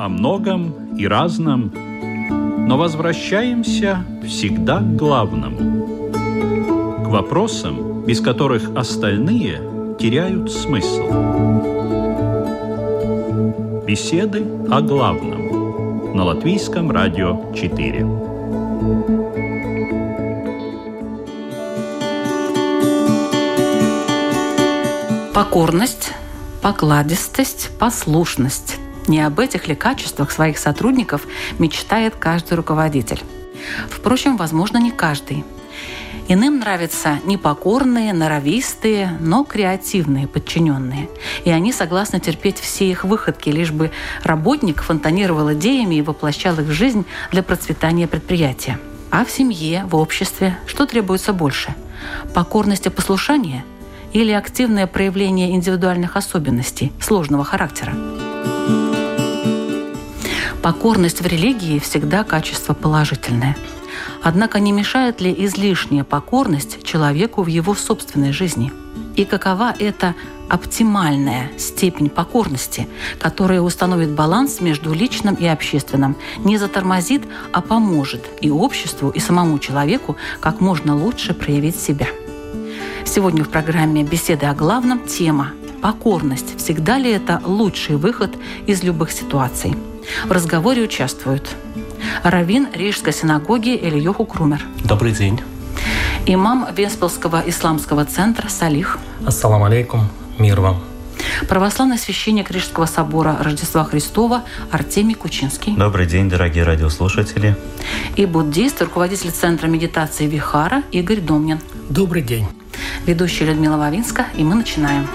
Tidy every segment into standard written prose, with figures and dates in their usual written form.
о многом и разном, но возвращаемся всегда к главному, к вопросам, без которых остальные теряют смысл. Беседы о главном на Латвийском радио 4. Покорность, покладистость, послушность. Не об этих ли качествах своих сотрудников мечтает каждый руководитель? Впрочем, возможно, не каждый. Иным нравятся непокорные, норовистые, но креативные подчиненные. И они согласны терпеть все их выходки, лишь бы работник фонтанировал идеями и воплощал их в жизнь для процветания предприятия. А в семье, в обществе что требуется больше? Покорность и послушание – или активное проявление индивидуальных особенностей сложного характера? Покорность в религии всегда качество положительное. Однако не мешает ли излишняя покорность человеку в его собственной жизни? И какова эта оптимальная степень покорности, которая установит баланс между личным и общественным, не затормозит, а поможет и обществу, и самому человеку как можно лучше проявить себя? Сегодня в программе «Беседы о главном» тема «Покорность. Всегда ли это лучший выход из любых ситуаций?» В разговоре участвуют раввин Рижской синагоги Элиёху Крумер. Добрый день. Имам Веспилского исламского центра Салих. Ассаламу алейкум. Мир вам. Православный священник Рижского собора Рождества Христова Артемий Кучинский. Добрый день, дорогие радиослушатели. И буддист, руководитель Центра медитации Вихара Игорь Домнин. Добрый день. Ведущая Людмила Вавинска, и мы начинаем.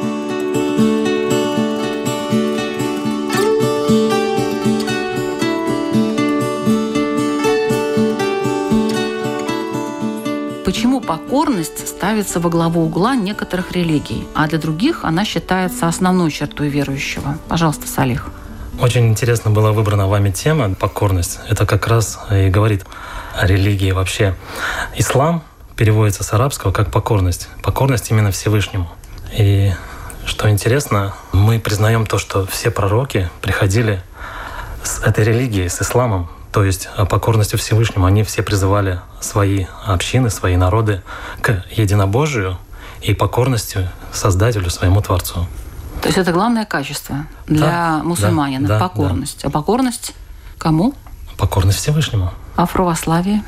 Почему покорность ставится во главу угла некоторых религий, а для других она считается основной чертой верующего? Пожалуйста, Салих. Очень интересно была выбрана вами тема «Покорность». Это как раз и говорит о религии вообще. Ислам переводится с арабского как покорность. Покорность именно Всевышнему. И что интересно, мы признаем то, что все пророки приходили с этой религией, с исламом, то есть покорностью Всевышнему. Они все призывали свои общины, свои народы к единобожию и покорностью Создателю, своему Творцу. То есть это главное качество для мусульманина, да, покорность. Да. А покорность кому? Покорность Всевышнему. А в православии?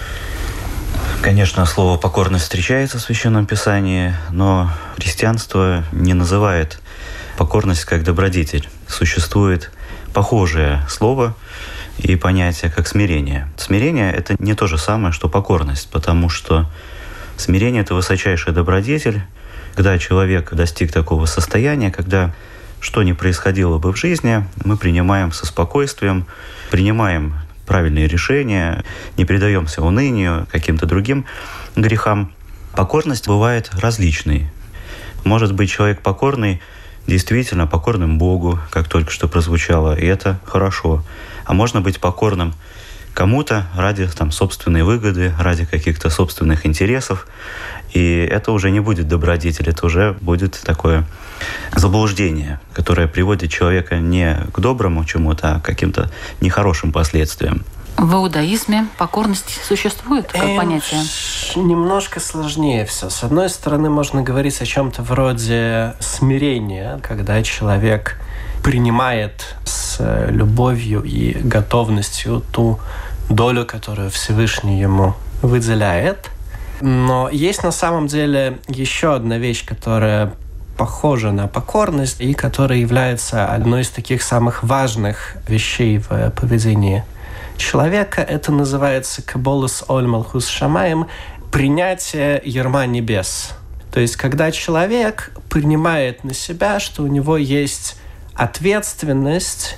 Конечно, слово «покорность» встречается в Священном Писании, но христианство не называет покорность как добродетель. Существует похожее слово и понятие, как смирение. Смирение – это не то же самое, что покорность, потому что смирение – это высочайшая добродетель, когда человек достиг такого состояния, когда что ни происходило бы в жизни, мы принимаем со спокойствием, принимаем правильные решения, не предаемся унынию, каким-то другим грехам. Покорность бывает различной. Может быть, человек покорный, действительно покорным Богу, как только что прозвучало, и это хорошо. А можно быть покорным кому-то ради собственной выгоды, ради каких-то собственных интересов. И это уже не будет добродетель, это уже будет такое заблуждение, которое приводит человека не к доброму чему-то, а к каким-то нехорошим последствиям. В иудаизме покорность существует как понятие? Немножко сложнее все. С одной стороны, можно говорить о чем-то вроде смирения, когда человек принимает с любовью и готовностью ту долю, которую Всевышний ему выделяет. Но есть на самом деле еще одна вещь, которая похожа на покорность и которая является одной из таких самых важных вещей в поведении человека. Это называется «каболас оль малхус шамаим» – принятие ярма небес. То есть, когда человек принимает на себя, что у него есть ответственность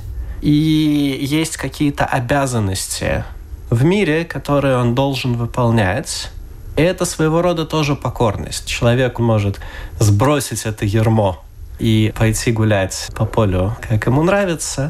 и есть какие-то обязанности в мире, которые он должен выполнять. И это своего рода тоже покорность. Человек может сбросить это ярмо и пойти гулять по полю, как ему нравится.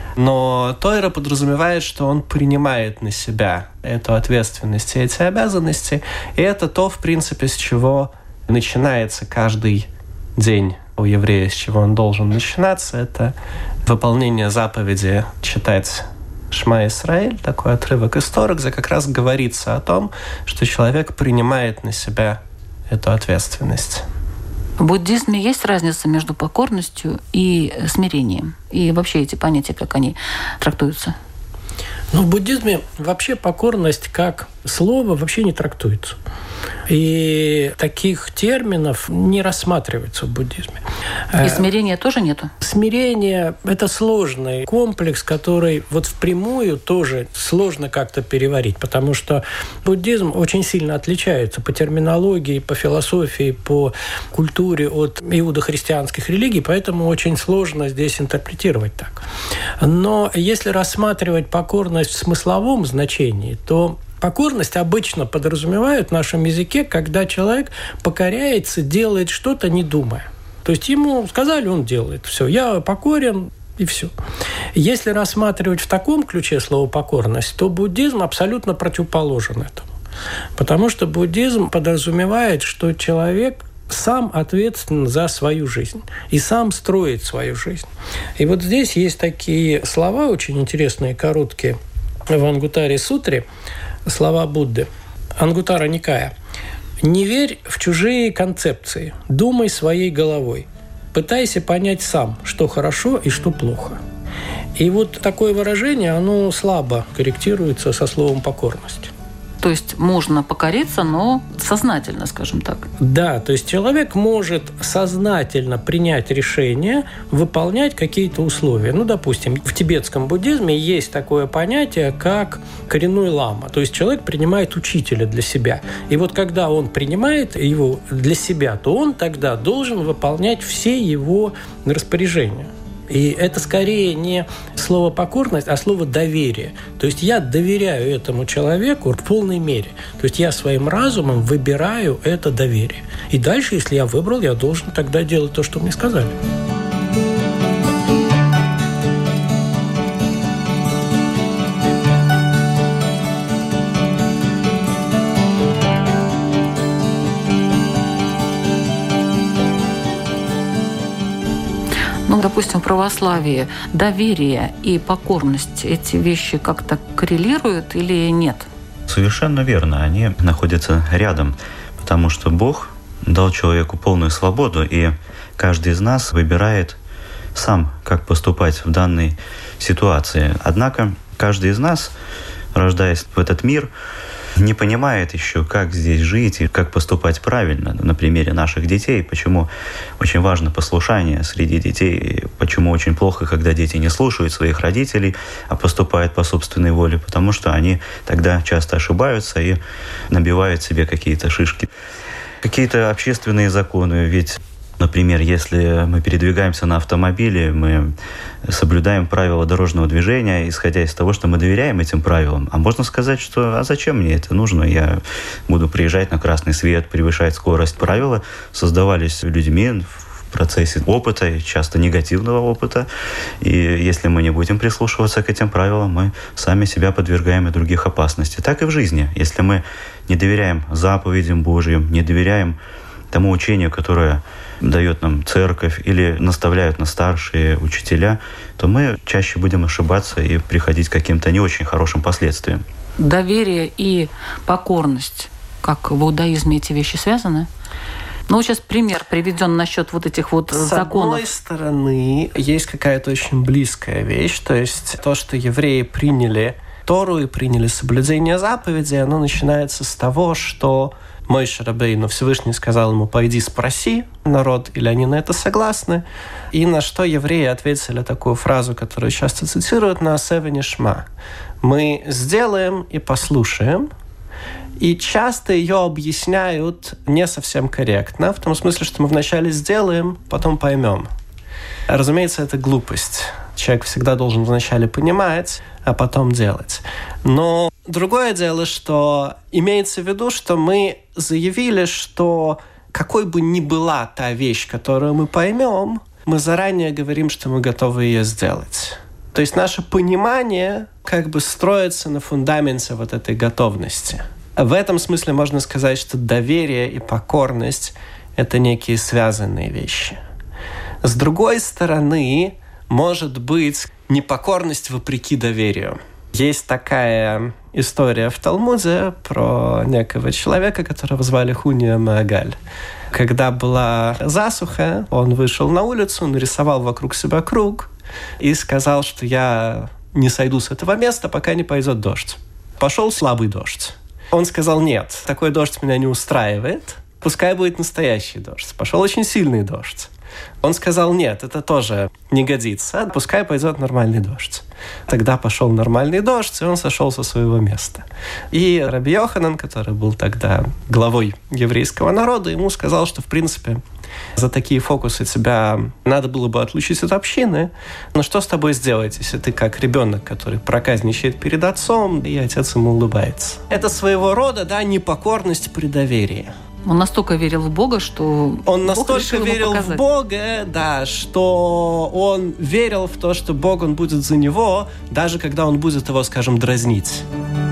Но Тойра подразумевает, что он принимает на себя эту ответственность и эти обязанности. И это то, в принципе, с чего начинается каждый день в у еврея, с чего он должен начинаться, это выполнение заповеди читать Шма Исраэль, такой отрывок из Торы, где как раз говорится о том, что человек принимает на себя эту ответственность. В буддизме есть разница между покорностью и смирением? И вообще эти понятия, как они трактуются? В буддизме вообще покорность как слово вообще не трактуется. И таких терминов не рассматривается в буддизме. И смирения тоже нету? Смирение – это сложный комплекс, который вот впрямую тоже сложно как-то переварить, потому что буддизм очень сильно отличается по терминологии, по философии, по культуре от иудохристианских религий, поэтому очень сложно здесь интерпретировать так. Но если рассматривать покорность в смысловом значении, то покорность обычно подразумевает в нашем языке, когда человек покоряется, делает что-то, не думая. То есть ему сказали, он делает. Все, я покорен, и все. Если рассматривать в таком ключе слово «покорность», то буддизм абсолютно противоположен этому. Потому что буддизм подразумевает, что человек сам ответственен за свою жизнь и сам строит свою жизнь. И вот здесь есть такие слова очень интересные, короткие, в Ангутаре-сутре, слова Будды, Ангутара Никая. «Не верь в чужие концепции, думай своей головой. Пытайся понять сам, что хорошо и что плохо». И вот такое выражение, оно слабо корректируется со словом «покорность». То есть можно покориться, но сознательно, скажем так. Да, то есть человек может сознательно принять решение выполнять какие-то условия. Допустим, в тибетском буддизме есть такое понятие, как коренной лама. То есть человек принимает учителя для себя. И вот когда он принимает его для себя, то он тогда должен выполнять все его распоряжения. И это скорее не слово «покорность», а слово «доверие». То есть я доверяю этому человеку в полной мере. То есть я своим разумом выбираю это доверие. И дальше, если я выбрал, я должен тогда делать то, что мне сказали. Допустим, в православии доверие и покорность, эти вещи как-то коррелируют или нет? Совершенно верно. Они находятся рядом, потому что Бог дал человеку полную свободу, и каждый из нас выбирает сам, как поступать в данной ситуации. Однако каждый из нас, рождаясь в этот мир, не понимает еще, как здесь жить и как поступать правильно. На примере наших детей, почему очень важно послушание среди детей, почему очень плохо, когда дети не слушают своих родителей, а поступают по собственной воле, потому что они тогда часто ошибаются и набивают себе какие-то шишки. Какие-то общественные законы, ведь, например, если мы передвигаемся на автомобиле, мы соблюдаем правила дорожного движения, исходя из того, что мы доверяем этим правилам. А можно сказать, что «а зачем мне это нужно? Я буду приезжать на красный свет, превышать скорость». Правила создавались людьми в процессе опыта, часто негативного опыта. И если мы не будем прислушиваться к этим правилам, мы сами себя подвергаем и других опасностей. Так и в жизни. Если мы не доверяем заповедям Божьим, не доверяем тому учению, которое дает нам церковь или наставляют нас старшие учителя, то мы чаще будем ошибаться и приходить к каким-то не очень хорошим последствиям. Доверие и покорность, как в иудаизме эти вещи связаны? Сейчас пример приведен насчет вот этих вот законов. С одной стороны, есть какая-то очень близкая вещь, то есть то, что евреи приняли Тору и приняли соблюдение заповедей, оно начинается с того, что Моше Рабейну Всевышний сказал ему: «Пойди спроси народ, или они на это согласны». И на что евреи ответили такую фразу, которую часто цитируют: «Наасeh венишма». Мы сделаем и послушаем. И часто ее объясняют не совсем корректно, в том смысле, что мы вначале сделаем, потом поймем. Разумеется, это глупость. Человек всегда должен вначале понимать, а потом делать. Но другое дело, что имеется в виду, что мы заявили, что какой бы ни была та вещь, которую мы поймем, мы заранее говорим, что мы готовы ее сделать. То есть наше понимание как бы строится на фундаменте вот этой готовности. В этом смысле можно сказать, что доверие и покорность – это некие связанные вещи. С другой стороны, может быть непокорность вопреки доверию. Есть такая история в Талмуде про некого человека, которого звали Хуния Маагаль. Когда была засуха, он вышел на улицу, нарисовал вокруг себя круг и сказал, что я не сойду с этого места, пока не пойдет дождь. Пошел слабый дождь. Он сказал, нет, такой дождь меня не устраивает, пускай будет настоящий дождь. Пошел очень сильный дождь. Он сказал, нет, это тоже не годится, пускай пойдет нормальный дождь. Тогда пошел нормальный дождь, и он сошел со своего места. И Раби Йоханан, который был тогда главой еврейского народа, ему сказал, что, в принципе, за такие фокусы тебя надо было бы отлучить от общины. Но что с тобой сделать, если ты как ребенок, который проказничает перед отцом, и отец ему улыбается? Это своего рода, непокорность при доверии. Он настолько верил в Бога, что он настолько верил в Бога, что он верил в то, что Бог, он будет за него, даже когда он будет его, скажем, дразнить.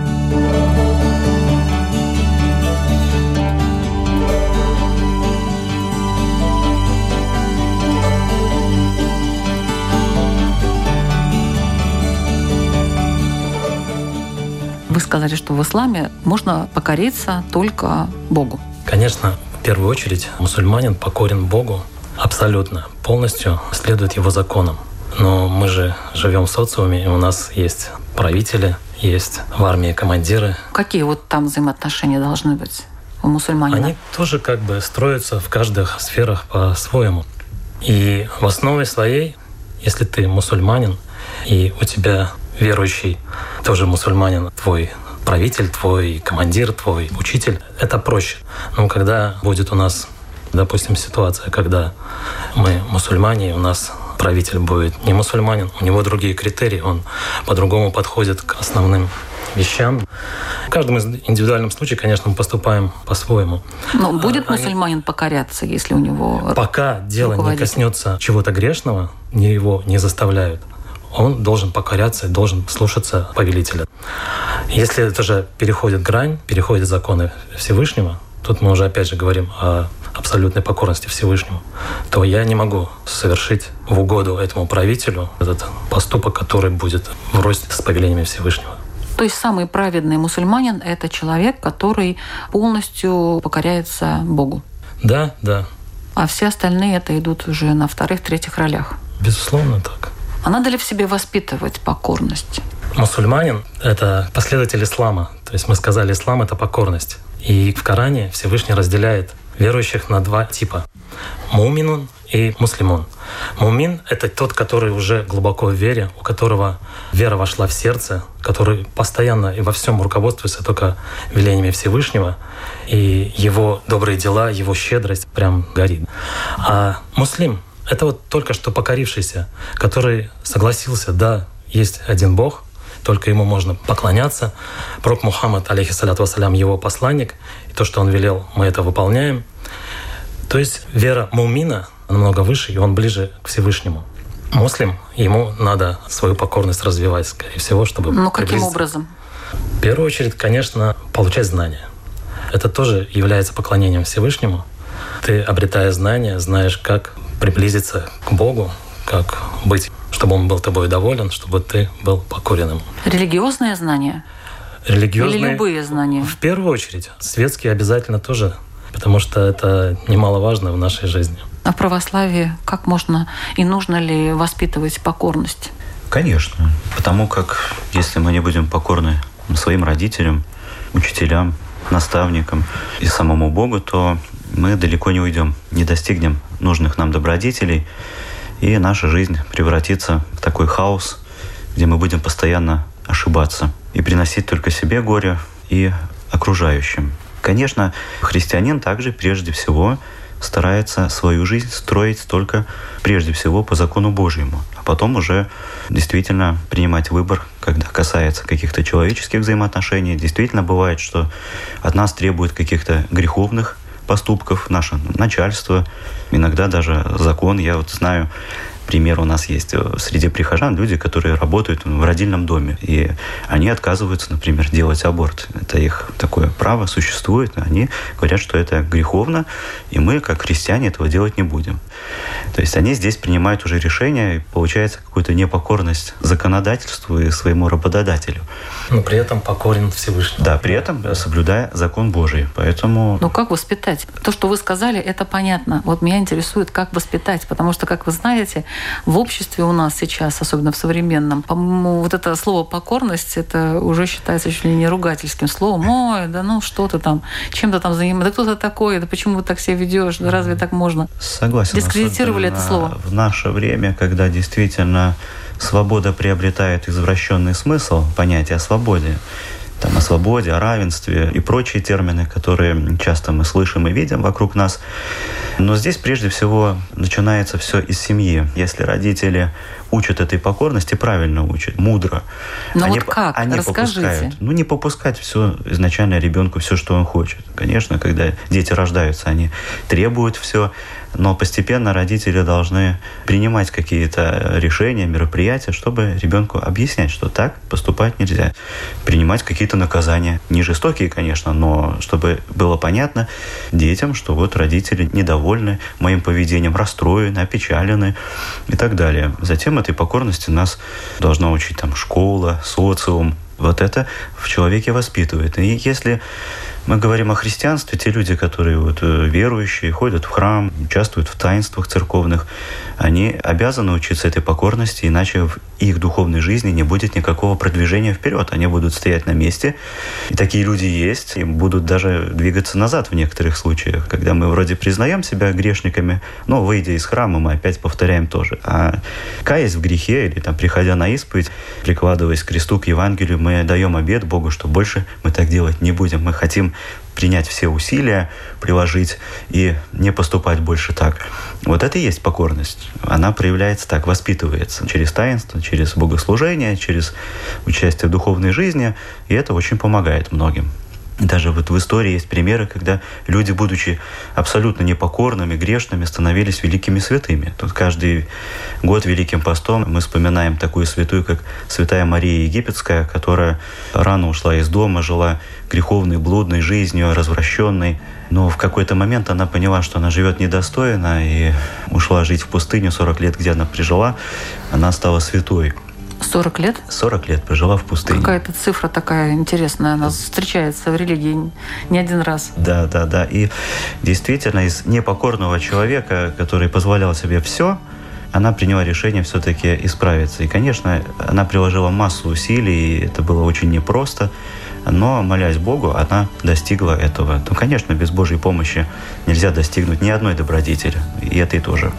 Вы сказали, что в исламе можно покориться только Богу. Конечно, в первую очередь мусульманин покорен Богу абсолютно, полностью следует его законам. Но мы же живем в социуме, и у нас есть правители, есть в армии командиры. Какие вот там взаимоотношения должны быть у мусульманина? Они тоже как бы строятся в каждых сферах по-своему. И в основе своей, если ты мусульманин, и у тебя верующий тоже мусульманин, твой правитель, твой командир, твой учитель, это проще. Но когда будет у нас, допустим, ситуация, когда мы мусульмане, и у нас правитель будет не мусульманин, у него другие критерии, он по-другому подходит к основным вещам. В каждом индивидуальном случае, конечно, мы поступаем по-своему. Но будет мусульманин покоряться, если у него пока дело не коснется чего-то грешного, его не заставляют, он должен покоряться и должен слушаться повелителя. Если это же переходит грань, переходит законы Всевышнего, тут мы уже опять же говорим о абсолютной покорности Всевышнему, то я не могу совершить в угоду этому правителю этот поступок, который будет врозь с повелениями Всевышнего. То есть самый праведный мусульманин – это человек, который полностью покоряется Богу? Да, да. А все остальные это идут уже на вторых, третьих ролях? Безусловно, так. А надо ли в себе воспитывать покорность? Мусульманин – это последователь ислама. То есть мы сказали, ислам – это покорность. И в Коране Всевышний разделяет верующих на два типа – муминун и муслимун. Мумин – это тот, который уже глубоко в вере, у которого вера вошла в сердце, который постоянно и во всем руководствуется только велениями Всевышнего, и его добрые дела, его щедрость прям горит. А муслим – это вот только что покорившийся, который согласился, да, есть один Бог, только ему можно поклоняться. Пророк Мухаммад, алейхиссаляту вассалям, его посланник, и то, что он велел, мы это выполняем. То есть вера мумина намного выше, и он ближе к Всевышнему. Муслим, ему надо свою покорность развивать, скорее всего, чтобы... Ну, каким образом? В первую очередь, конечно, получать знания. Это тоже является поклонением Всевышнему. Ты, обретая знания, знаешь, как приблизиться к Богу, как быть, чтобы Он был тобой доволен, чтобы ты был покорен Ему. Религиозные знания? Религиозные. Или любые знания? В первую очередь. Светские обязательно тоже, потому что это немаловажно в нашей жизни. А в православии как можно и нужно ли воспитывать покорность? Конечно. Потому как если мы не будем покорны своим родителям, учителям, наставникам и самому Богу, то мы далеко не уйдем, не достигнем нужных нам добродетелей, и наша жизнь превратится в такой хаос, где мы будем постоянно ошибаться и приносить только себе горе и окружающим. Конечно, христианин также прежде всего старается свою жизнь строить только прежде всего по закону Божьему, а потом уже действительно принимать выбор, когда касается каких-то человеческих взаимоотношений. Действительно бывает, что от нас требуют каких-то греховных поступков наше начальство, иногда даже закон. Я вот знаю пример у нас есть среди прихожан люди, которые работают в родильном доме, и они отказываются, например, делать аборт. Это их такое право существует, они говорят, что это греховно, и мы, как христиане, этого делать не будем. То есть они здесь принимают уже решение, и получается какую-то непокорность законодательству и своему работодателю. Но при этом покорен Всевышнему. Да, при этом соблюдая закон Божий. Поэтому... Но как воспитать? То, что вы сказали, это понятно. Вот меня интересует, как воспитать. Потому что, как вы знаете, в обществе у нас сейчас, особенно в современном, по-моему, вот это слово «покорность», это уже считается чуть ли не ругательским словом. Ой, да ну что ты там, чем ты там занимаешься? Да кто ты такой? Да почему ты так себя ведешь? Да разве так можно? Согласен. Дискредитировали это слово. В наше время, когда действительно свобода приобретает извращенный смысл, понятие о свободе, там, о свободе, о равенстве и прочие термины, которые часто мы слышим и видим вокруг нас. Но здесь прежде всего начинается все из семьи. Если родители учат этой покорности, правильно учат, мудро. Но вот как? Они расскажите. Попускают. Не попускать все изначально ребенку, все, что он хочет. Конечно, когда дети рождаются, они требуют все, но постепенно родители должны принимать какие-то решения, мероприятия, чтобы ребенку объяснять, что так поступать нельзя. Принимать какие-то наказания. Не жестокие, конечно, но чтобы было понятно детям, что вот родители недовольны моим поведением, расстроены, опечалены и так далее. Затем этой покорности нас должна учить там школа, социум. Вот это в человеке воспитывает. И если мы говорим о христианстве, те люди, которые верующие, ходят в храм, участвуют в таинствах церковных, они обязаны учиться этой покорности, иначе в их духовной жизни не будет никакого продвижения вперед. Они будут стоять на месте. И такие люди есть, и будут даже двигаться назад в некоторых случаях, когда мы вроде признаем себя грешниками, но, выйдя из храма, мы опять повторяем то же. А каясь в грехе или приходя на исповедь, прикладываясь к кресту, к Евангелию, мы даем обет Богу, что больше мы так делать не будем. Мы хотим принять все усилия, приложить и не поступать больше так. Вот это и есть покорность. Она проявляется так, воспитывается через таинство, через богослужение, через участие в духовной жизни, и это очень помогает многим. Даже в истории есть примеры, когда люди, будучи абсолютно непокорными, грешными, становились великими святыми. Тут каждый год Великим постом мы вспоминаем такую святую, как святая Мария Египетская, которая рано ушла из дома, жила греховной, блудной жизнью, развращенной. Но в какой-то момент она поняла, что она живет недостойно, и ушла жить в пустыню 40 лет, где она прожила. Она стала святой. 40 лет? 40 лет прожила в пустыне. Какая-то цифра такая интересная. Она встречается в религии не один раз. Да. И действительно, из непокорного человека, который позволял себе все, она приняла решение все-таки исправиться. И, конечно, она приложила массу усилий, и это было очень непросто. Но, молясь Богу, она достигла этого. Ну, конечно, без Божьей помощи нельзя достигнуть ни одной добродетели. И этой тоже.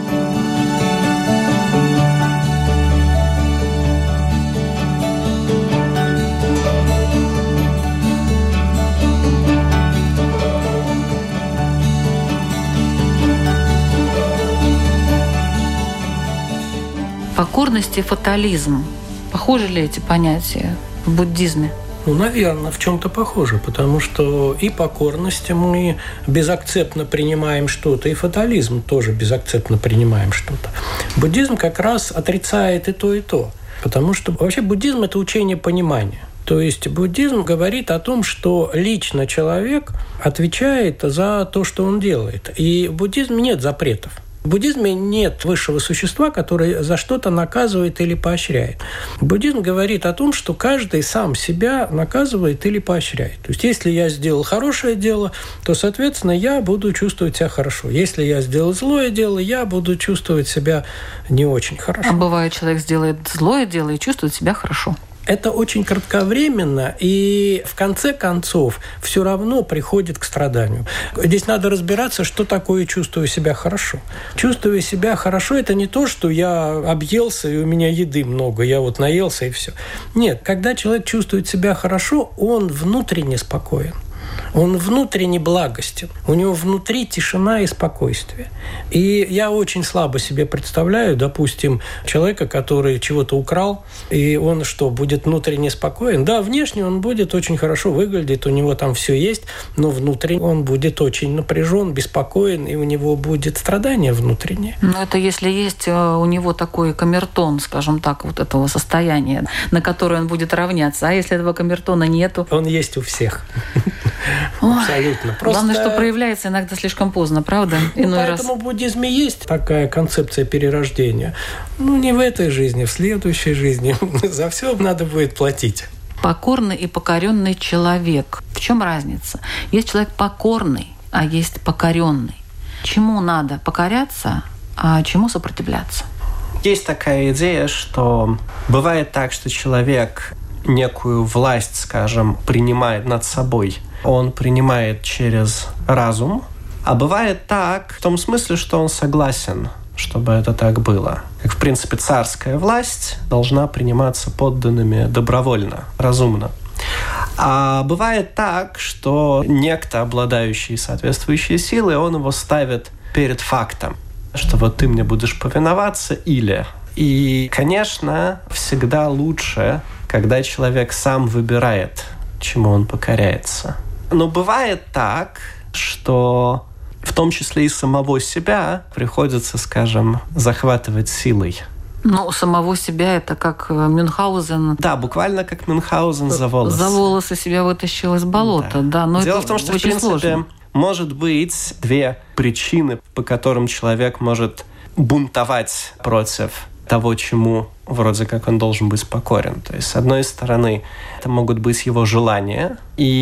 Покорность и фатализм. Похожи ли эти понятия в буддизме? Наверное, в чем-то похоже, потому что и покорность мы безакцептно принимаем что-то, и фатализм тоже безакцептно принимаем что-то. Буддизм как раз отрицает и то, потому что вообще буддизм – это учение понимания. То есть буддизм говорит о том, что лично человек отвечает за то, что он делает. И в буддизме нет запретов. В буддизме нет высшего существа, которое за что-то наказывает или поощряет. Буддизм говорит о том, что каждый сам себя наказывает или поощряет. То есть, если я сделал хорошее дело, то, соответственно, я буду чувствовать себя хорошо. Если я сделал злое дело, я буду чувствовать себя не очень хорошо. А бывает, человек сделает злое дело и чувствует себя хорошо. Это очень кратковременно, и в конце концов все равно приходит к страданию. Здесь надо разбираться, что такое «чувствую себя хорошо». Чувствую себя хорошо – это не то, что я объелся, и у меня еды много, я наелся, и все. Нет, когда человек чувствует себя хорошо, он внутренне спокоен. Он внутренне благостен. У него внутри тишина и спокойствие. И я очень слабо себе представляю, допустим, человека, который чего-то украл, и он что, будет внутренне спокоен? Да, внешне он будет очень хорошо выглядеть, у него там все есть, но внутренне он будет очень напряжен, беспокоен, и у него будет страдание внутреннее. Но это если есть у него такой камертон, скажем так, вот этого состояния, на которое он будет равняться. А если этого камертона нету? Он есть у всех. Абсолютно. Просто... Главное, что проявляется иногда слишком поздно, правда? Поэтому в буддизме есть такая концепция перерождения. Не в этой жизни, в следующей жизни. За все надо будет платить. Покорный и покоренный человек. В чем разница? Есть человек покорный, а есть покоренный. Чему надо покоряться, а чему сопротивляться? Есть такая идея, что бывает так, что человек некую власть, скажем, принимает над собой. Он принимает через разум. А бывает так, в том смысле, что он согласен, чтобы это так было. Как, в принципе, царская власть должна приниматься подданными добровольно, разумно. А бывает так, что некто, обладающий соответствующей силой, он его ставит перед фактом, что вот ты мне будешь повиноваться или... И, конечно, всегда лучше, когда человек сам выбирает, чему он покоряется. Но бывает так, что в том числе и самого себя приходится, скажем, захватывать силой. Самого себя это как Мюнхгаузен. Да, буквально как Мюнхгаузен за волосы. За волосы себя вытащил из болота. Да. Но дело в том, что, в принципе, сложно. Может быть две причины, по которым человек может бунтовать против того, чему вроде как он должен быть покорен. То есть, с одной стороны, это могут быть его желания,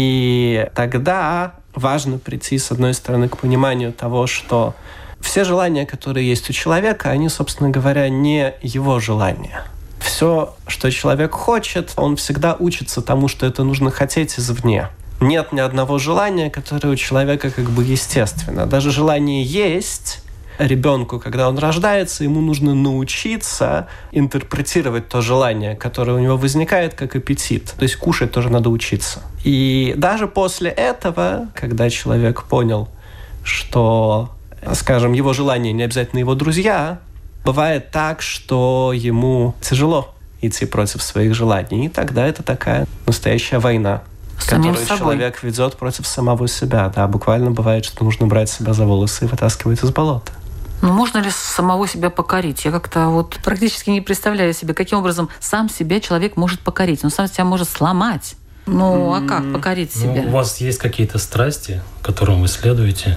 и тогда важно прийти, с одной стороны, к пониманию того, что все желания, которые есть у человека, они, собственно говоря, не его желания. Все, что человек хочет, он всегда учится тому, что это нужно хотеть извне. Нет ни одного желания, которое у человека как бы естественно. Даже желание есть... Ребенку, когда он рождается, ему нужно научиться интерпретировать то желание, которое у него возникает, как аппетит. То есть кушать тоже надо учиться. И даже после этого, когда человек понял, что, скажем, его желание не обязательно его друзья, бывает так, что ему тяжело идти против своих желаний. И тогда это такая настоящая война, которую человек ведет против самого себя. Да, буквально бывает, что нужно брать себя за волосы и вытаскивать из болота. Можно ли самого себя покорить? Я как-то практически не представляю себе, каким образом сам себя человек может покорить. Он сам себя может сломать. А как покорить себя? У вас есть какие-то страсти, которым вы следуете,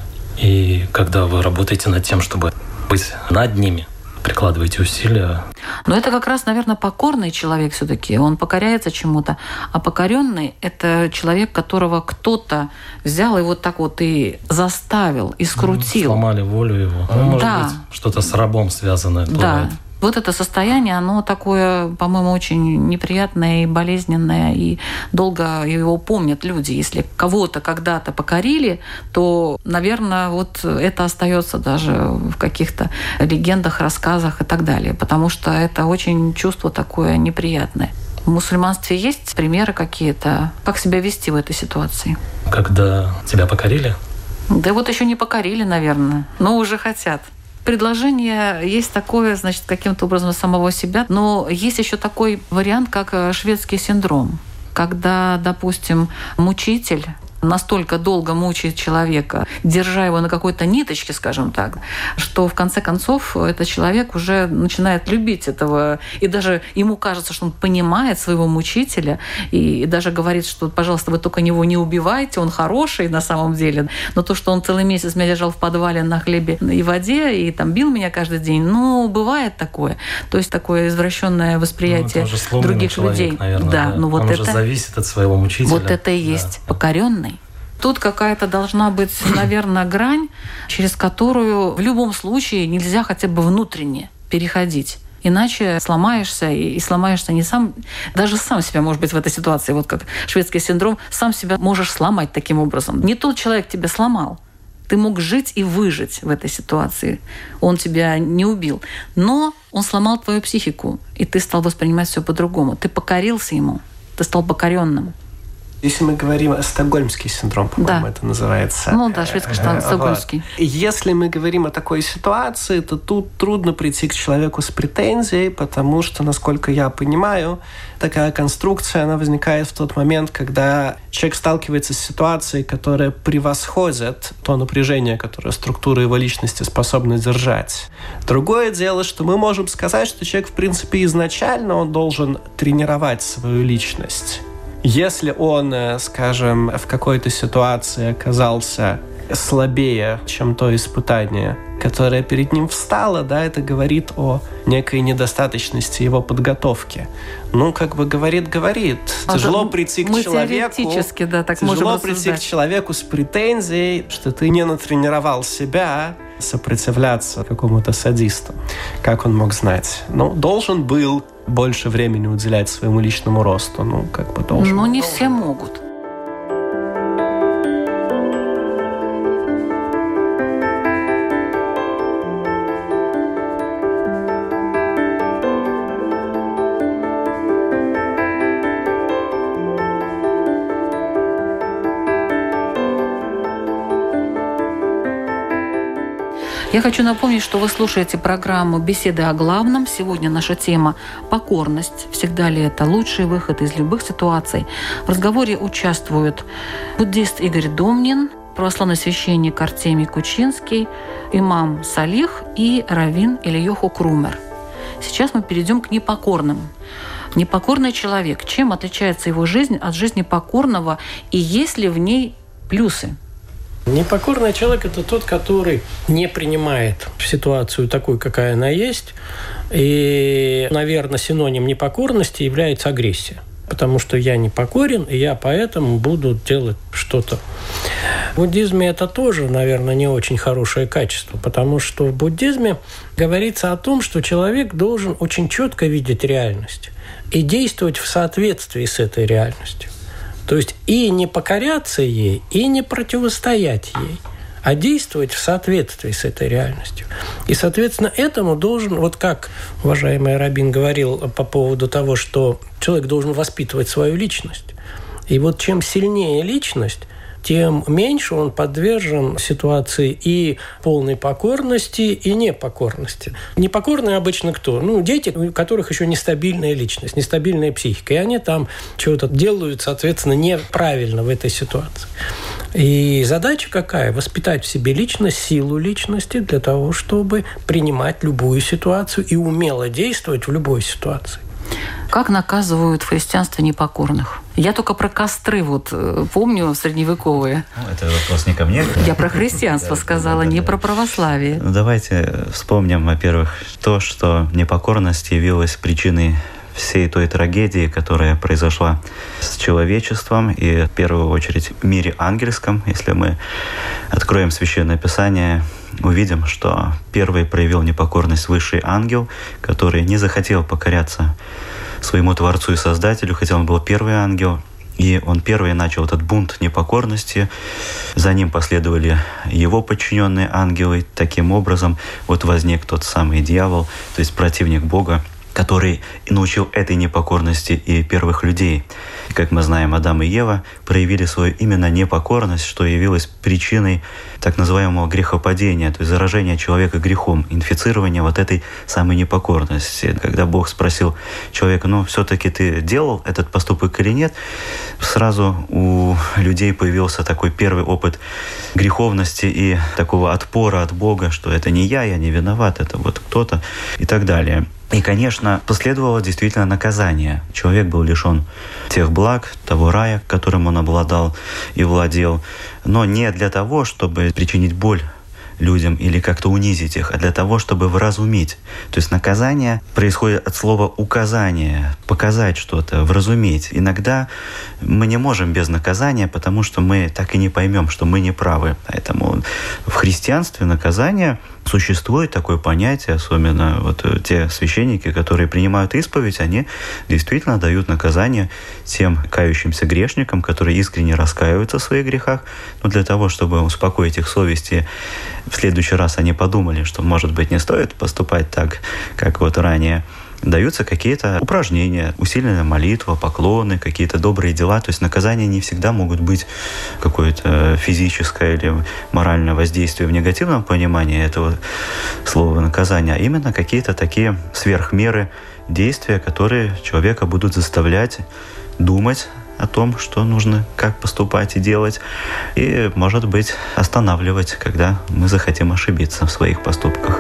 и когда вы работаете над тем, чтобы быть над ними, прикладываете усилия. Но это как раз, наверное, покорный человек все-таки. Он покоряется чему-то. А покоренный – это человек, которого кто-то взял и вот так вот и заставил, и скрутил. Сломали волю его. Может быть, что-то с рабом связанное. Да. Вот это состояние, оно такое, по-моему, очень неприятное и болезненное, и долго его помнят люди. Если кого-то когда-то покорили, то, наверное, это остается даже в каких-то легендах, рассказах и так далее, потому что это очень чувство такое неприятное. В мусульманстве есть примеры какие-то, как себя вести в этой ситуации? Когда тебя покорили? Да еще не покорили, наверное, но уже хотят. Предложение есть такое, значит, каким-то образом самого себя, но есть еще такой вариант, как шведский синдром, когда, допустим, мучитель настолько долго мучает человека, держа его на какой-то ниточке, скажем так, что в конце концов этот человек уже начинает любить этого, и даже ему кажется, что он понимает своего мучителя, и даже говорит, что, пожалуйста, вы только него не убивайте, он хороший на самом деле, но то, что он целый месяц меня держал в подвале на хлебе и воде, и бил меня каждый день, бывает такое. То есть такое извращенное восприятие других человек, людей. Наверное, да. Он уже зависит от своего мучителя. Вот это и есть покоренный. Тут какая-то должна быть, наверное, грань, через которую в любом случае нельзя хотя бы внутренне переходить. Иначе сломаешься, и сломаешься не сам, даже сам себя, может быть, в этой ситуации, как шведский синдром, сам себя можешь сломать таким образом. Не тот человек тебя сломал. Ты мог жить и выжить в этой ситуации. Он тебя не убил. Но он сломал твою психику, и ты стал воспринимать все по-другому. Ты покорился ему, ты стал покоренным. Если мы говорим о стокгольмский синдром, по-моему, это называется. Ну да, шведско-стокгольмский. Если мы говорим о такой ситуации, то тут трудно прийти к человеку с претензией, потому что, насколько я понимаю, такая конструкция, она возникает в тот момент, когда человек сталкивается с ситуацией, которая превосходит то напряжение, которое структура его личности способна держать. Другое дело, что мы можем сказать, что человек, в принципе, изначально он должен тренировать свою личность. Если он, скажем, в какой-то ситуации оказался слабее, чем то испытание, которое перед ним встало, да, это говорит о некой недостаточности его подготовки. Говорит. Тяжело прийти к человеку. Да, так тяжело прийти к человеку с претензией, что ты не натренировал себя сопротивляться какому-то садисту. Как он мог знать? Должен был больше времени уделять своему личному росту. Должен. Но не все могут. Я хочу напомнить, что вы слушаете программу «Беседы о главном». Сегодня наша тема – покорность. Всегда ли это лучший выход из любых ситуаций? В разговоре участвуют буддист Игорь Домнин, православный священник Артемий Кучинский, имам Салих и раввин Ильёху Крумер. Сейчас мы перейдем к непокорным. Непокорный человек. Чем отличается его жизнь от жизни покорного, и есть ли в ней плюсы? Непокорный человек – это тот, который не принимает ситуацию такой, какая она есть. И, наверное, синоним непокорности является агрессия. Потому что я непокорен, и я поэтому буду делать что-то. В буддизме это тоже, наверное, не очень хорошее качество, потому что в буддизме говорится о том, что человек должен очень четко видеть реальность и действовать в соответствии с этой реальностью. То есть и не покоряться ей, и не противостоять ей, а действовать в соответствии с этой реальностью. И, соответственно, этому должен, вот как уважаемый Рабин говорил по поводу того, что человек должен воспитывать свою личность. И вот чем сильнее личность, тем меньше он подвержен ситуации и полной покорности, и непокорности. Непокорные обычно кто? Дети, у которых еще нестабильная личность, нестабильная психика. И они там чего-то делают, соответственно, неправильно в этой ситуации. И задача какая? Воспитать в себе личность, силу личности для того, чтобы принимать любую ситуацию и умело действовать в любой ситуации. Как наказывают в христианстве непокорных? Я только про костры помню средневековые. Это вопрос не ко мне. Я про христианство сказала, не про православие. Давайте вспомним, во-первых, то, что непокорность явилась причиной всей той трагедии, которая произошла с человечеством, и в первую очередь в мире ангельском. Если мы откроем Священное Писание, увидим, что первый проявил непокорность высший ангел, который не захотел покоряться своему Творцу и Создателю, хотя он был первый ангел, и он первый начал этот бунт непокорности. За ним последовали его подчиненные ангелы. Таким образом, возник тот самый дьявол, то есть противник Бога, который научил этой непокорности и первых людей. Как мы знаем, Адам и Ева проявили свою именно непокорность, что явилось причиной так называемого грехопадения, то есть заражения человека грехом, инфицирования этой самой непокорности. Когда Бог спросил человека, все-таки ты делал этот поступок или нет, сразу у людей появился такой первый опыт греховности и такого отпора от Бога, что это не я не виноват, это кто-то и так далее. И, конечно, последовало действительно наказание. Человек был лишен тех благ, того рая, которым он обладал и владел, но не для того, чтобы причинить боль людям или как-то унизить их, а для того, чтобы вразумить. То есть наказание происходит от слова «указание», показать что-то, вразуметь. Иногда мы не можем без наказания, потому что мы так и не поймем, что мы не правы. Поэтому в христианстве наказание существует такое понятие, особенно те священники, которые принимают исповедь, они действительно дают наказание тем кающимся грешникам, которые искренне раскаиваются в своих грехах, но для того, чтобы успокоить их совести, в следующий раз они подумали, что, может быть, не стоит поступать так, как ранее. даются какие-то упражнения, усиленная молитва, поклоны, какие-то добрые дела. То есть наказания не всегда могут быть какое-то физическое или моральное воздействие в негативном понимании этого слова наказания, а именно какие-то такие сверхмеры действия, которые человека будут заставлять думать о том, что нужно, как поступать и делать, и, может быть, останавливать, когда мы захотим ошибиться в своих поступках.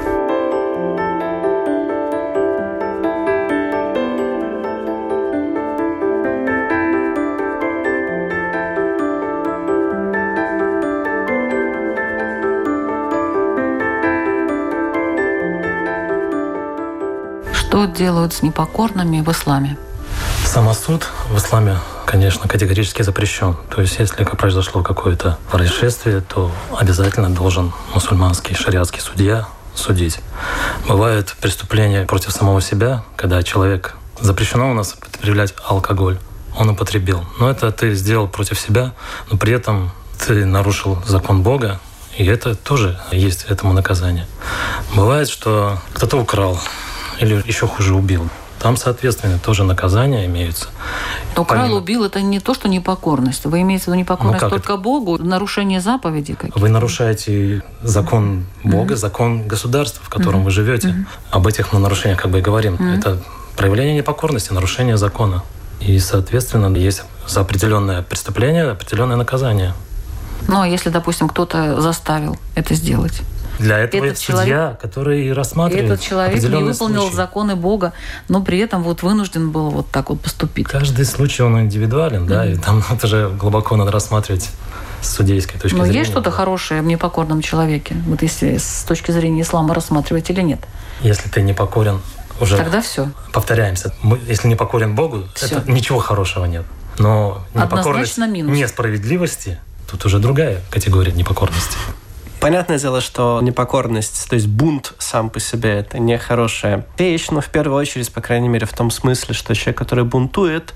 Что делают с непокорными в исламе? Самосуд в исламе, конечно, категорически запрещен. То есть, если произошло какое-то происшествие, то обязательно должен мусульманский шариатский судья судить. Бывают преступления против самого себя, когда человек... Запрещено у нас употреблять алкоголь. Он употребил. Но это ты сделал против себя, но при этом ты нарушил закон Бога, и это тоже есть этому наказание. Бывает, что кто-то украл или еще хуже убил. Там, соответственно, тоже наказания имеются. Украл, убил – это не то, что непокорность. Вы имеете в виду непокорность только это? Богу, нарушение заповедей каких-то? Вы нарушаете закон Бога, закон государства, в котором вы живете. Об этих нарушениях как бы и говорим. Это проявление непокорности, нарушение закона. И, соответственно, есть за определенное преступление определенное наказание. Ну, а если, допустим, кто-то заставил это сделать? Для этого этот судья, который рассматривает этот человек не выполнил случаи. Законы Бога, но при этом вот вынужден был вот так вот поступить. Каждый случай, он индивидуален, да, и там это же глубоко надо рассматривать с судейской точки зрения. Но есть что-то хорошее в непокорном человеке? Вот если с точки зрения ислама рассматривать или нет? Если ты непокорен, уже тогда все. Повторяемся. Если непокорен Богу, это ничего хорошего нет. Но непокорность несправедливости, тут уже другая категория непокорности. Понятное дело, что непокорность, то есть бунт сам по себе, это не хорошая вещь, но в первую очередь, по крайней мере, в том смысле, что человек, который бунтует,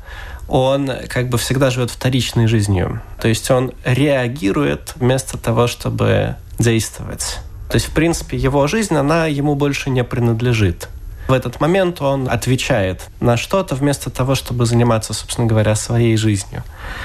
он как бы всегда живет вторичной жизнью. То есть он реагирует вместо того, чтобы действовать. То есть, в принципе, его жизнь, она ему больше не принадлежит. В этот момент он отвечает на что-то вместо того, чтобы заниматься, собственно говоря, своей жизнью.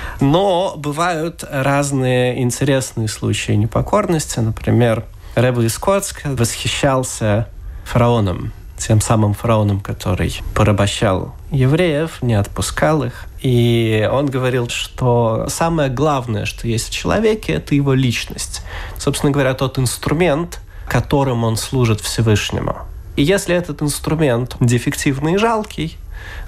Но бывают разные интересные случаи непокорности. Например, Ребе из Коцка восхищался фараоном, тем самым фараоном, который порабощал евреев, не отпускал их. И он говорил, что самое главное, что есть в человеке, это его личность. Собственно говоря, тот инструмент, которым он служит Всевышнему. И если этот инструмент дефективный и жалкий,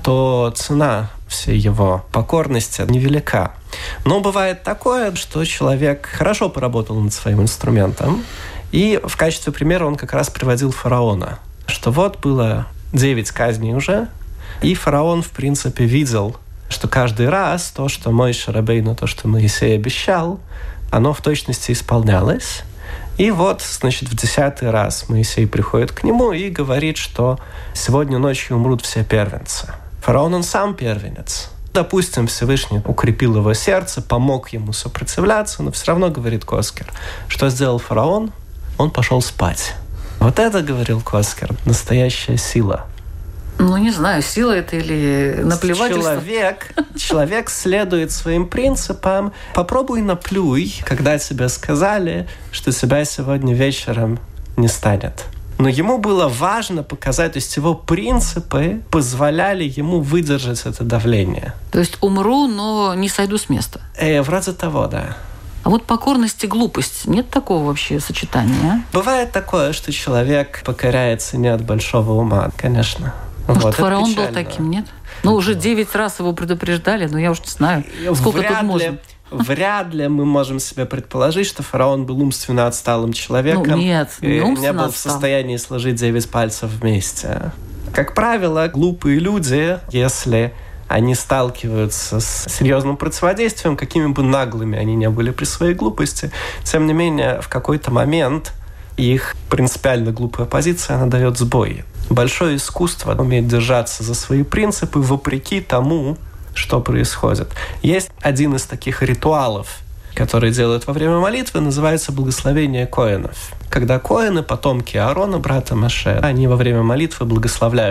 то цена всей его покорности невелика. Но бывает такое, что человек хорошо поработал над своим инструментом, и в качестве примера он как раз приводил фараона, что вот было 9 казней уже, и фараон, в принципе, видел, что каждый раз то, что Моше Рабейну, то, что Моисей обещал, оно в точности исполнялось. И вот, значит, в 10-й раз Моисей приходит к нему и говорит, что сегодня ночью умрут все первенцы. Фараон, он сам первенец. Допустим, Всевышний укрепил его сердце, помог ему сопротивляться, но все равно, говорит Коскер, что сделал фараон? Он пошел спать. Вот это, говорил Коскер, настоящая сила. Ну, не знаю, сила это или наплевательство. Человек следует своим принципам. Попробуй наплюй, когда тебе сказали, что тебя сегодня вечером не станет. Но ему было важно показать, то есть его принципы позволяли ему выдержать это давление. То есть умру, но не сойду с места. Вроде того, да. А вот покорность и глупость, нет такого вообще сочетания? Бывает такое, что человек покоряется не от большого ума, конечно. Может, вот, фараон был таким, нет? Ну, уже 9 раз его предупреждали, но я уж не знаю, сколько тут можно. Вряд ли мы можем себе предположить, что фараон был умственно отсталым человеком. Ну, нет, не был в состоянии сложить 9 пальцев вместе. Как правило, глупые люди, если они сталкиваются с серьезным противодействием, какими бы наглыми они ни были при своей глупости, тем не менее, в какой-то момент их принципиально глупая позиция, она дает сбой. Большое искусство уметь держаться за свои принципы вопреки тому, что происходит. Есть один из таких ритуалов, который делают во время молитвы, называется благословение коэнов. Когда коэны, потомки Аарона, брата Моше, они во время молитвы благословляют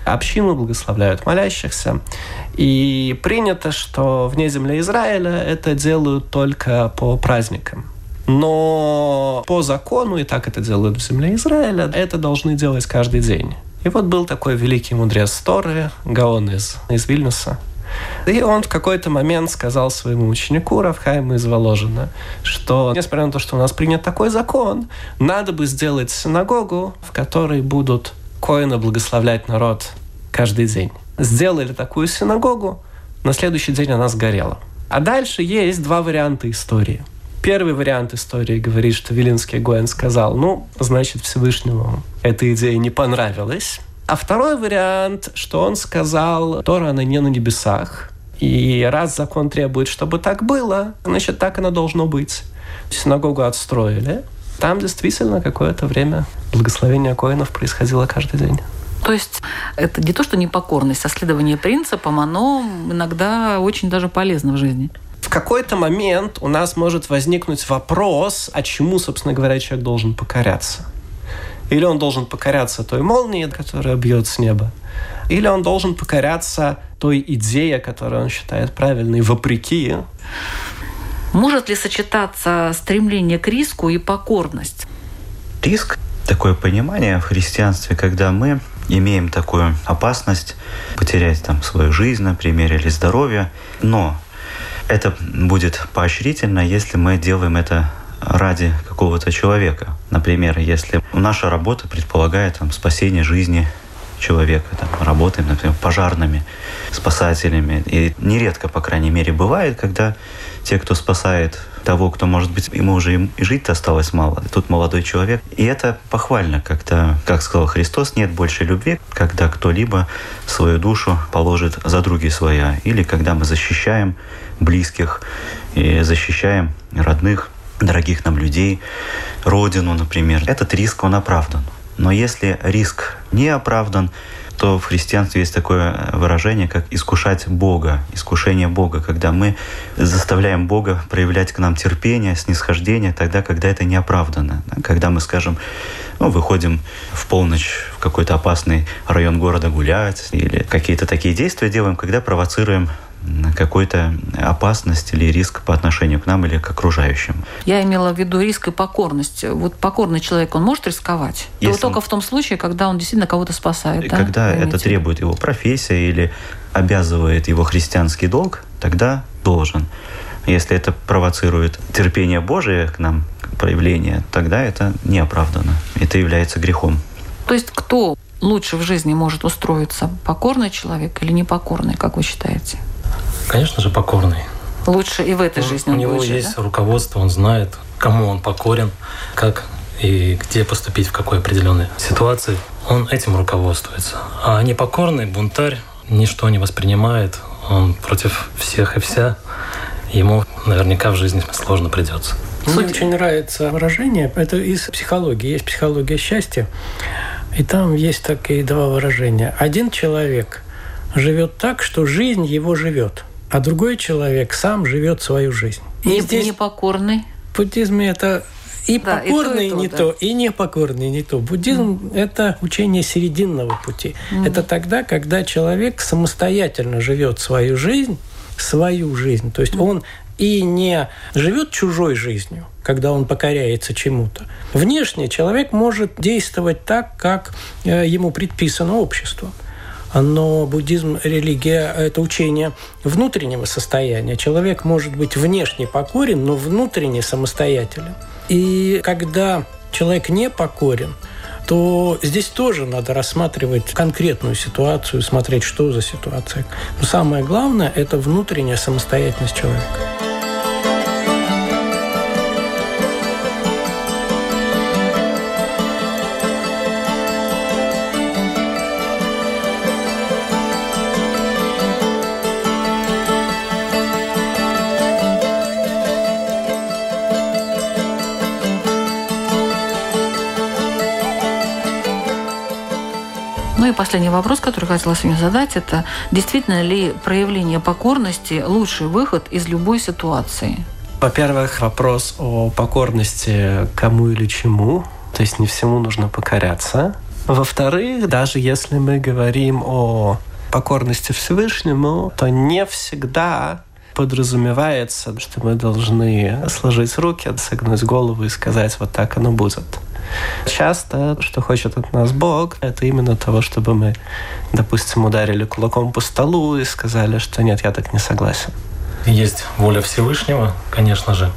общину, благословляют молящихся. И принято, что вне земли Израиля это делают только по праздникам. Но по закону, и так это делают в земле Израиля, это должны делать каждый день. И вот был такой великий мудрец Торы, Гаон из Вильнюса. И он в какой-то момент сказал своему ученику Рав Хаиму из Воложина, что, несмотря на то, что у нас принят такой закон, надо бы сделать синагогу, в которой будут коэны благословлять народ каждый день. Сделали такую синагогу, на следующий день она сгорела. А дальше есть два варианта истории. Первый вариант истории говорит, что Вилинский Гоэн сказал, значит, Всевышнему эта идея не понравилась. А второй вариант, что он сказал, Тора, она не на небесах. И раз закон требует, чтобы так было, значит, так оно должно быть. Синагогу отстроили. Там действительно какое-то время благословение коэнов происходило каждый день. То есть это не то, что непокорность, а следование принципам, оно иногда очень даже полезно в жизни. В какой-то момент у нас может возникнуть вопрос, а чему, собственно говоря, человек должен покоряться. Или он должен покоряться той молнии, которая бьет с неба, или он должен покоряться той идее, которую он считает правильной, вопреки. Может ли сочетаться стремление к риску и покорность? Риск – такое понимание в христианстве, когда мы имеем такую опасность потерять свою жизнь, например, или здоровье, но это будет поощрительно, если мы делаем это ради какого-то человека. Например, если наша работа предполагает спасение жизни человека, работаем, например, пожарными, спасателями. И нередко, по крайней мере, бывает, когда те, кто спасает того, кто, может быть, ему уже и жить-то осталось мало, тут молодой человек. И это похвально, когда, как сказал Христос, нет больше любви, когда кто-либо свою душу положит за другие своя. Или когда мы защищаем близких и защищаем родных, дорогих нам людей, родину, например. Этот риск, он оправдан. Но если риск не оправдан, то в христианстве есть такое выражение, как искушать Бога, искушение Бога, когда мы заставляем Бога проявлять к нам терпение, снисхождение тогда, когда это не оправдано. Когда мы, скажем, выходим в полночь в какой-то опасный район города гулять или какие-то такие действия делаем, когда провоцируем какую-то опасность или риск по отношению к нам или к окружающим. Я имела в виду риск и покорность. Вот покорный человек, он может рисковать? Только в том случае, когда он действительно кого-то спасает. Когда это требует его профессия или обязывает его христианский долг, тогда должен. Если это провоцирует терпение Божие к нам, проявление, тогда это неоправданно. Это является грехом. То есть кто лучше в жизни может устроиться? Покорный человек или непокорный, как вы считаете? Конечно же, покорный. Лучше и в этой жизни он У него будет, есть руководство, он знает, кому он покорен, как и где поступить в какой определенной ситуации. Он этим руководствуется. А непокорный бунтарь ничто не воспринимает, он против всех и вся. Ему наверняка в жизни сложно придется. Мне очень нравится выражение, это из психологии. Есть психология счастья, и там есть такие два выражения. Один человек живет так, что жизнь его живет, а другой человек сам живет свою жизнь. И здесь непокорный. В буддизме это и покорный не то, и непокорный не то. Буддизм – это учение серединного пути. Это тогда, когда человек самостоятельно живет свою жизнь, то есть он и не живет чужой жизнью, когда он покоряется чему-то. Внешне человек может действовать так, как ему предписано обществом. Но буддизм, религия – это учение внутреннего состояния. Человек может быть внешне покорен, но внутренне самостоятелен. И когда человек не покорен, то здесь тоже надо рассматривать конкретную ситуацию, смотреть, что за ситуация. Но самое главное – это внутренняя самостоятельность человека. Ну и последний вопрос, который хотела сегодня задать, это действительно ли проявление покорности лучший выход из любой ситуации? Во-первых, вопрос о покорности кому или чему. То есть не всему нужно покоряться. Во-вторых, даже если мы говорим о покорности Всевышнему, то не всегда подразумевается, что мы должны сложить руки, согнуть голову и сказать, вот так оно будет. Часто, что хочет от нас Бог, это именно того, чтобы мы, допустим, ударили кулаком по столу и сказали, что нет, я так не согласен. Есть воля Всевышнего, конечно же.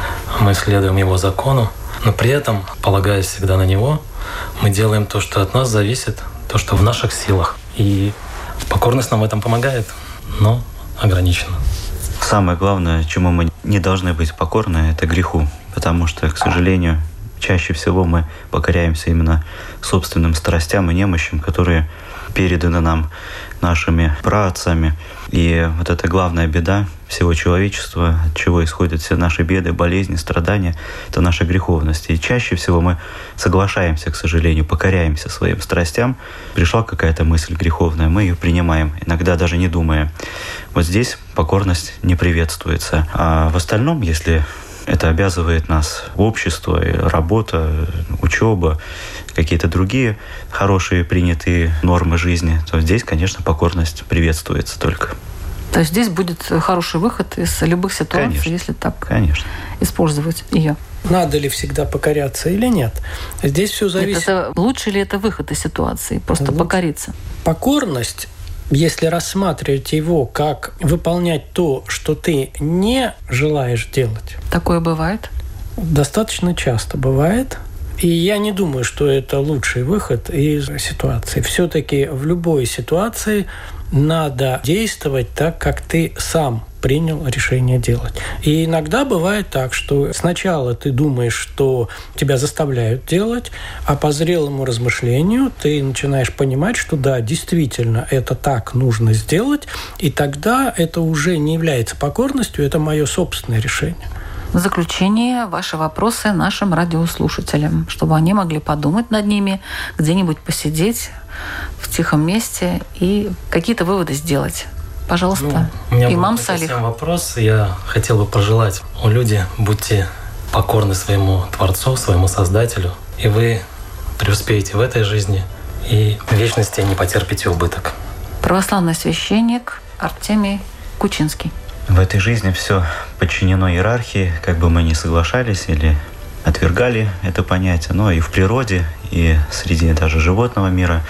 Мы следуем Его закону, но при этом, полагаясь всегда на Него, мы делаем то, что от нас зависит, то, что в наших силах. И покорность нам в этом помогает, но ограничена. Самое главное, чему мы не должны быть покорны, это греху. Потому что, к сожалению, чаще всего мы покоряемся именно собственным страстям и немощам, которые переданы нам нашими праотцами. И вот это главная беда всего человечества, от чего исходят все наши беды, болезни, страдания, это наша греховность. И чаще всего мы соглашаемся, к сожалению, покоряемся своим страстям. Пришла какая-то мысль греховная, мы ее принимаем, иногда даже не думая. Вот здесь покорность не приветствуется. А в остальном, если это обязывает нас общество, работа, учеба, какие-то другие хорошие принятые нормы жизни, то здесь, конечно, покорность приветствуется только. То есть здесь будет хороший выход из любых ситуаций, конечно, если так использовать ее. Надо ли всегда покоряться или нет? Здесь все зависит. Лучше ли это выход из ситуации, просто покориться? Покорность, если рассматривать его как выполнять то, что ты не желаешь делать. Такое бывает? Достаточно часто бывает. И я не думаю, что это лучший выход из ситуации. Все-таки в любой ситуации надо действовать так, как ты сам принял решение делать. И иногда бывает так, что сначала ты думаешь, что тебя заставляют делать, а по зрелому размышлению ты начинаешь понимать, что да, действительно, это так нужно сделать, и тогда это уже не является покорностью, это мое собственное решение. В заключение ваши вопросы нашим радиослушателям, чтобы они могли подумать над ними, где-нибудь посидеть в тихом месте и какие-то выводы сделать. Пожалуйста, имам Салих. У меня вопрос. Я хотел бы пожелать люди, будьте покорны своему Творцу, своему Создателю, и вы преуспеете в этой жизни, и в вечности не потерпите убыток. Православный священник Артемий Кучинский. В этой жизни все подчинено иерархии, как бы мы ни соглашались или отвергали это понятие, но и в природе, и среди даже животного мира,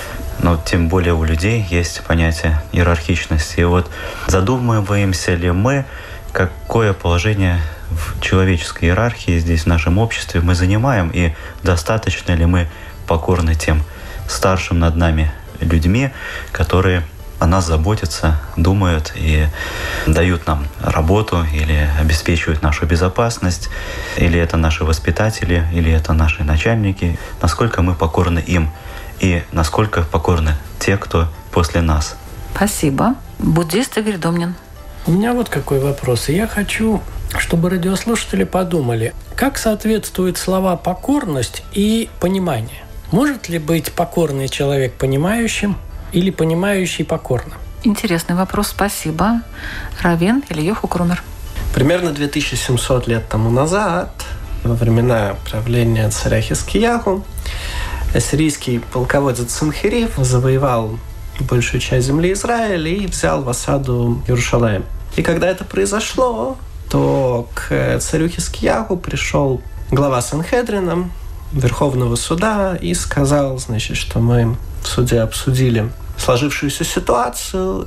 но тем более у людей есть понятие иерархичности. И вот задумываемся ли мы, какое положение в человеческой иерархии здесь в нашем обществе мы занимаем, и достаточно ли мы покорны тем старшим над нами людьми, которые о нас заботятся, думают и дают нам работу или обеспечивают нашу безопасность, или это наши воспитатели, или это наши начальники. Насколько мы покорны им и насколько покорны те, кто после нас. Спасибо. Буддист Игорь Домнин. У меня вот какой вопрос. Я хочу, чтобы радиослушатели подумали, как соответствуют слова «покорность» и «понимание». Может ли быть покорный человек понимающим или понимающий покорным? Интересный вопрос, спасибо. Равен Ильёху Крумер. Примерно 2700 лет тому назад, во времена правления царя Хискияху, ассирийский полководец Санхерив завоевал большую часть земли Израиля и взял в осаду Иерусалим. И когда это произошло, то к царю Хискияху пришел глава Санхедрина, Верховного суда, и сказал, что мы в суде обсудили сложившуюся ситуацию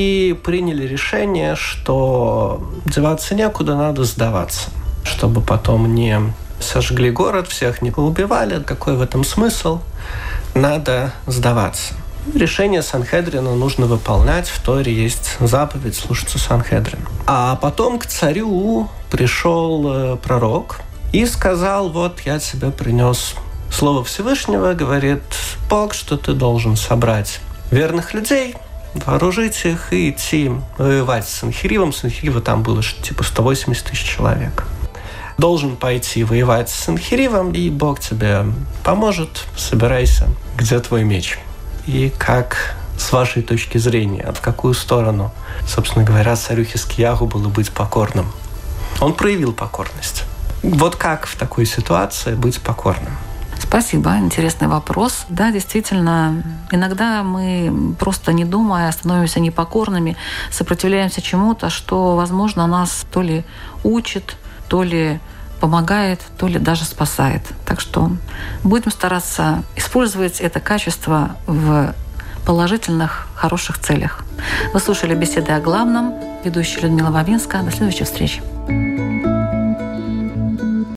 и приняли решение, что деваться некуда, надо сдаваться, чтобы потом не сожгли город, всех не поубивали. Какой в этом смысл? Надо сдаваться. Решение Санхедрина нужно выполнять. В Торе есть заповедь слушаться Санхедрина. А потом к царю пришел пророк и сказал: вот я тебе принес слово Всевышнего, говорит Бог, что ты должен собрать верных людей, вооружить их и идти воевать с Санхеривом. Санхерива там было 180 тысяч человек. Должен пойти воевать с Санхеривом, и Бог тебе поможет. Собирайся. Где твой меч? И как, с вашей точки зрения, в какую сторону, собственно говоря, царю Хискияху было быть покорным? Он проявил покорность. Вот как в такой ситуации быть покорным? Спасибо, интересный вопрос. Да, действительно, иногда мы просто не думая, становимся непокорными, сопротивляемся чему-то, что, возможно, нас то ли учит, то ли помогает, то ли даже спасает. Так что будем стараться использовать это качество в положительных, хороших целях. Вы слушали беседы о главном. Ведущая Людмила Вавинска. До следующей встречи.